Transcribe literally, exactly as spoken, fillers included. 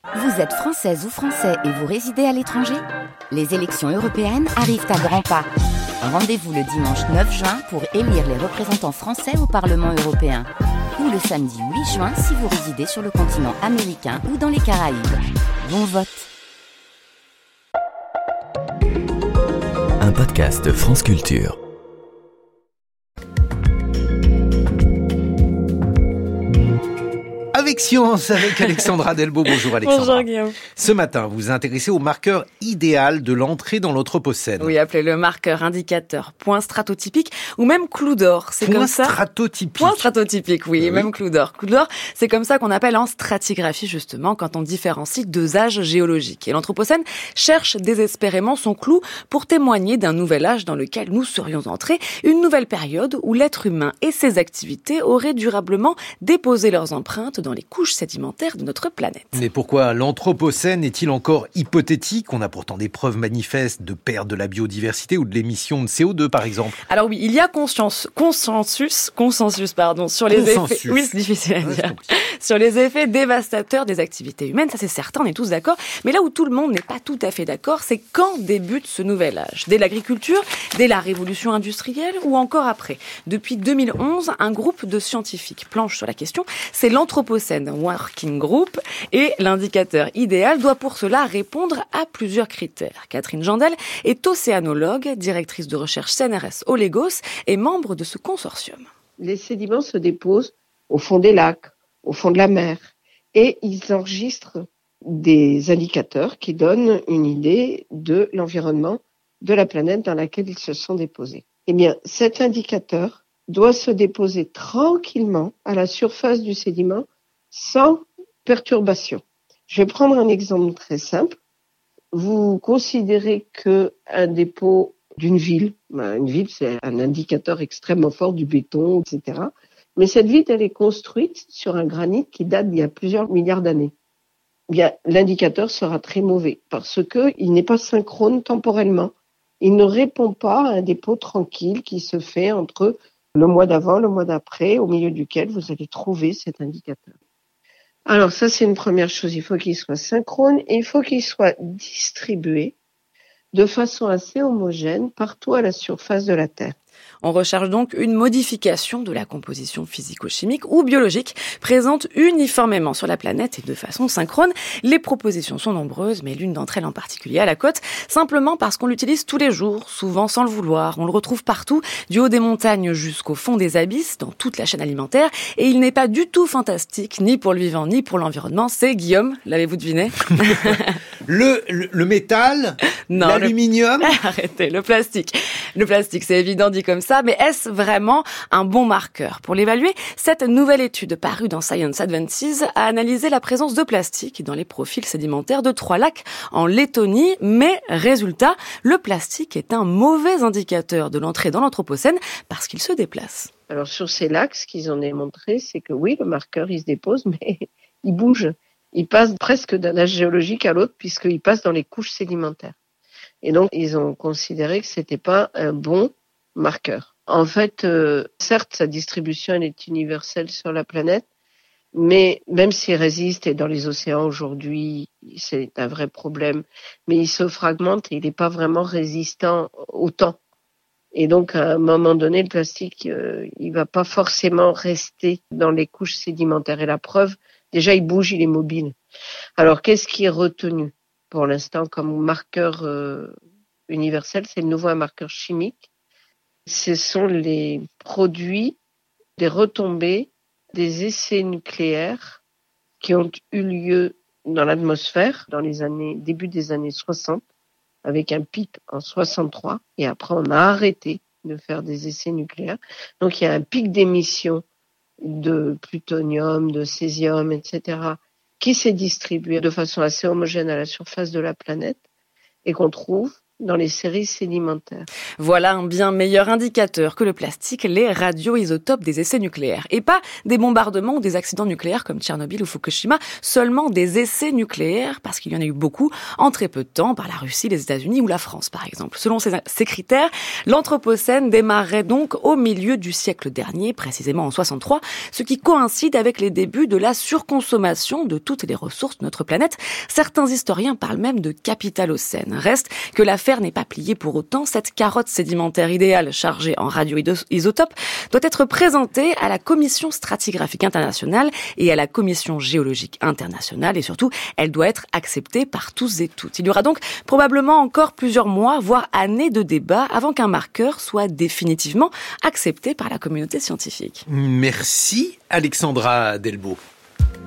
Vous êtes française ou français et vous résidez à l'étranger ? Les élections européennes arrivent à grands pas. Rendez-vous le dimanche neuf juin pour élire les représentants français au Parlement européen. Ou le samedi huit juin si vous résidez sur le continent américain ou dans les Caraïbes. Bon vote. Un podcast de France Culture. Avec Science, avec Alexandra Delbo. Bonjour Alexandra. Bonjour Guillaume. Ce matin, vous vous intéressez au marqueur idéal de l'entrée dans l'Anthropocène. Oui, appelez-le marqueur, indicateur, point stratotypique ou même clou d'or. C'est point comme ça. stratotypique. Point stratotypique, oui, oui. et même clou d'or. Clou d'or, c'est comme ça qu'on appelle en stratigraphie justement quand on différencie deux âges géologiques. Et l'Anthropocène cherche désespérément son clou pour témoigner d'un nouvel âge dans lequel nous serions entrés, une nouvelle période où l'être humain et ses activités auraient durablement déposé leurs empreintes dans les couches sédimentaires de notre planète. Mais pourquoi l'Anthropocène est-il encore hypothétique ? On a pourtant des preuves manifestes de perte de la biodiversité ou de l'émission de C O deux, par exemple. Alors oui, il y a conscience, consensus, consensus, pardon, sur les Consensus. effets, oui, c'est difficile à Ouais, dire, sur les effets dévastateurs des activités humaines. Ça, c'est certain, on est tous d'accord. Mais là où tout le monde n'est pas tout à fait d'accord, c'est quand débute ce nouvel âge. Dès l'agriculture, dès la révolution industrielle ou encore après. Depuis deux mille onze, un groupe de scientifiques planche sur la question. C'est l'Anthropocène Working Group et l'indicateur idéal doit pour cela répondre à plusieurs critères. Catherine Jandel est océanologue, directrice de recherche C N R S au Lagos et membre de ce consortium. Les sédiments se déposent au fond des lacs, au fond de la mer, et ils enregistrent des indicateurs qui donnent une idée de l'environnement de la planète dans laquelle ils se sont déposés. Eh bien, cet indicateur doit se déposer tranquillement à la surface du sédiment sans perturbation. Je vais prendre un exemple très simple. Vous considérez qu'un dépôt d'une ville, une ville c'est un indicateur extrêmement fort du béton, et cetera. Mais cette ville, elle est construite sur un granit qui date d'il y a plusieurs milliards d'années. Bien, l'indicateur sera très mauvais parce que il n'est pas synchrone temporellement. Il ne répond pas à un dépôt tranquille qui se fait entre le mois d'avant, le mois d'après, au milieu duquel vous allez trouver cet indicateur. Alors ça, c'est une première chose. Il faut qu'il soit synchrone et il faut qu'il soit distribué de façon assez homogène partout à la surface de la Terre. On recherche donc une modification de la composition physico-chimique ou biologique présente uniformément sur la planète et de façon synchrone. Les propositions sont nombreuses, mais l'une d'entre elles en particulier à la côte, simplement parce qu'on l'utilise tous les jours, souvent sans le vouloir. On le retrouve partout, du haut des montagnes jusqu'au fond des abysses, dans toute la chaîne alimentaire, et il n'est pas du tout fantastique, ni pour le vivant, ni pour l'environnement. C'est, Guillaume, l'avez-vous deviné? le, le, le métal, non, l'aluminium. Le... Arrêtez, le plastique. Le plastique, c'est évident dit comme ça, mais est-ce vraiment un bon marqueur? Pour l'évaluer, cette nouvelle étude parue dans Science Advances a analysé la présence de plastique dans les profils sédimentaires de trois lacs en Lettonie, mais résultat, le plastique est un mauvais indicateur de l'entrée dans l'Anthropocène parce qu'il se déplace. Alors sur ces lacs, ce qu'ils ont démontré, c'est que oui, le marqueur, il se dépose, mais il bouge. Il passe presque d'un âge géologique à l'autre puisqu'il passe dans les couches sédimentaires. Et donc, ils ont considéré que c'était pas un bon marqueur. En fait, euh, certes, sa distribution elle est universelle sur la planète, mais même s'il résiste, et dans les océans aujourd'hui, c'est un vrai problème, mais il se fragmente et il n'est pas vraiment résistant au temps. Et donc, à un moment donné, le plastique, euh, il va pas forcément rester dans les couches sédimentaires. Et la preuve, déjà, il bouge, il est mobile. Alors, qu'est-ce qui est retenu pour l'instant comme marqueur euh, universel? C'est de nouveau un marqueur chimique. Ce sont les produits, des retombées, des essais nucléaires qui ont eu lieu dans l'atmosphère dans les années, début des années soixante, avec un pic en soixante-trois, et après on a arrêté de faire des essais nucléaires. Donc il y a un pic d'émission de plutonium, de césium, et cetera, qui s'est distribué de façon assez homogène à la surface de la planète et qu'on trouve dans les séries sédimentaires. Voilà un bien meilleur indicateur que le plastique, les radioisotopes des essais nucléaires. Et pas des bombardements ou des accidents nucléaires comme Tchernobyl ou Fukushima, seulement des essais nucléaires, parce qu'il y en a eu beaucoup en très peu de temps par la Russie, les États-Unis ou la France par exemple. Selon ces, ces critères, l'Anthropocène démarrait donc au milieu du siècle dernier, précisément en soixante-trois, ce qui coïncide avec les débuts de la surconsommation de toutes les ressources de notre planète. Certains historiens parlent même de capitalocène. Reste que la n'est pas pliée pour autant. Cette carotte sédimentaire idéale chargée en radioisotopes doit être présentée à la Commission stratigraphique internationale et à la Commission géologique internationale et surtout, elle doit être acceptée par tous et toutes. Il y aura donc probablement encore plusieurs mois, voire années de débat avant qu'un marqueur soit définitivement accepté par la communauté scientifique. Merci Alexandra Delbo.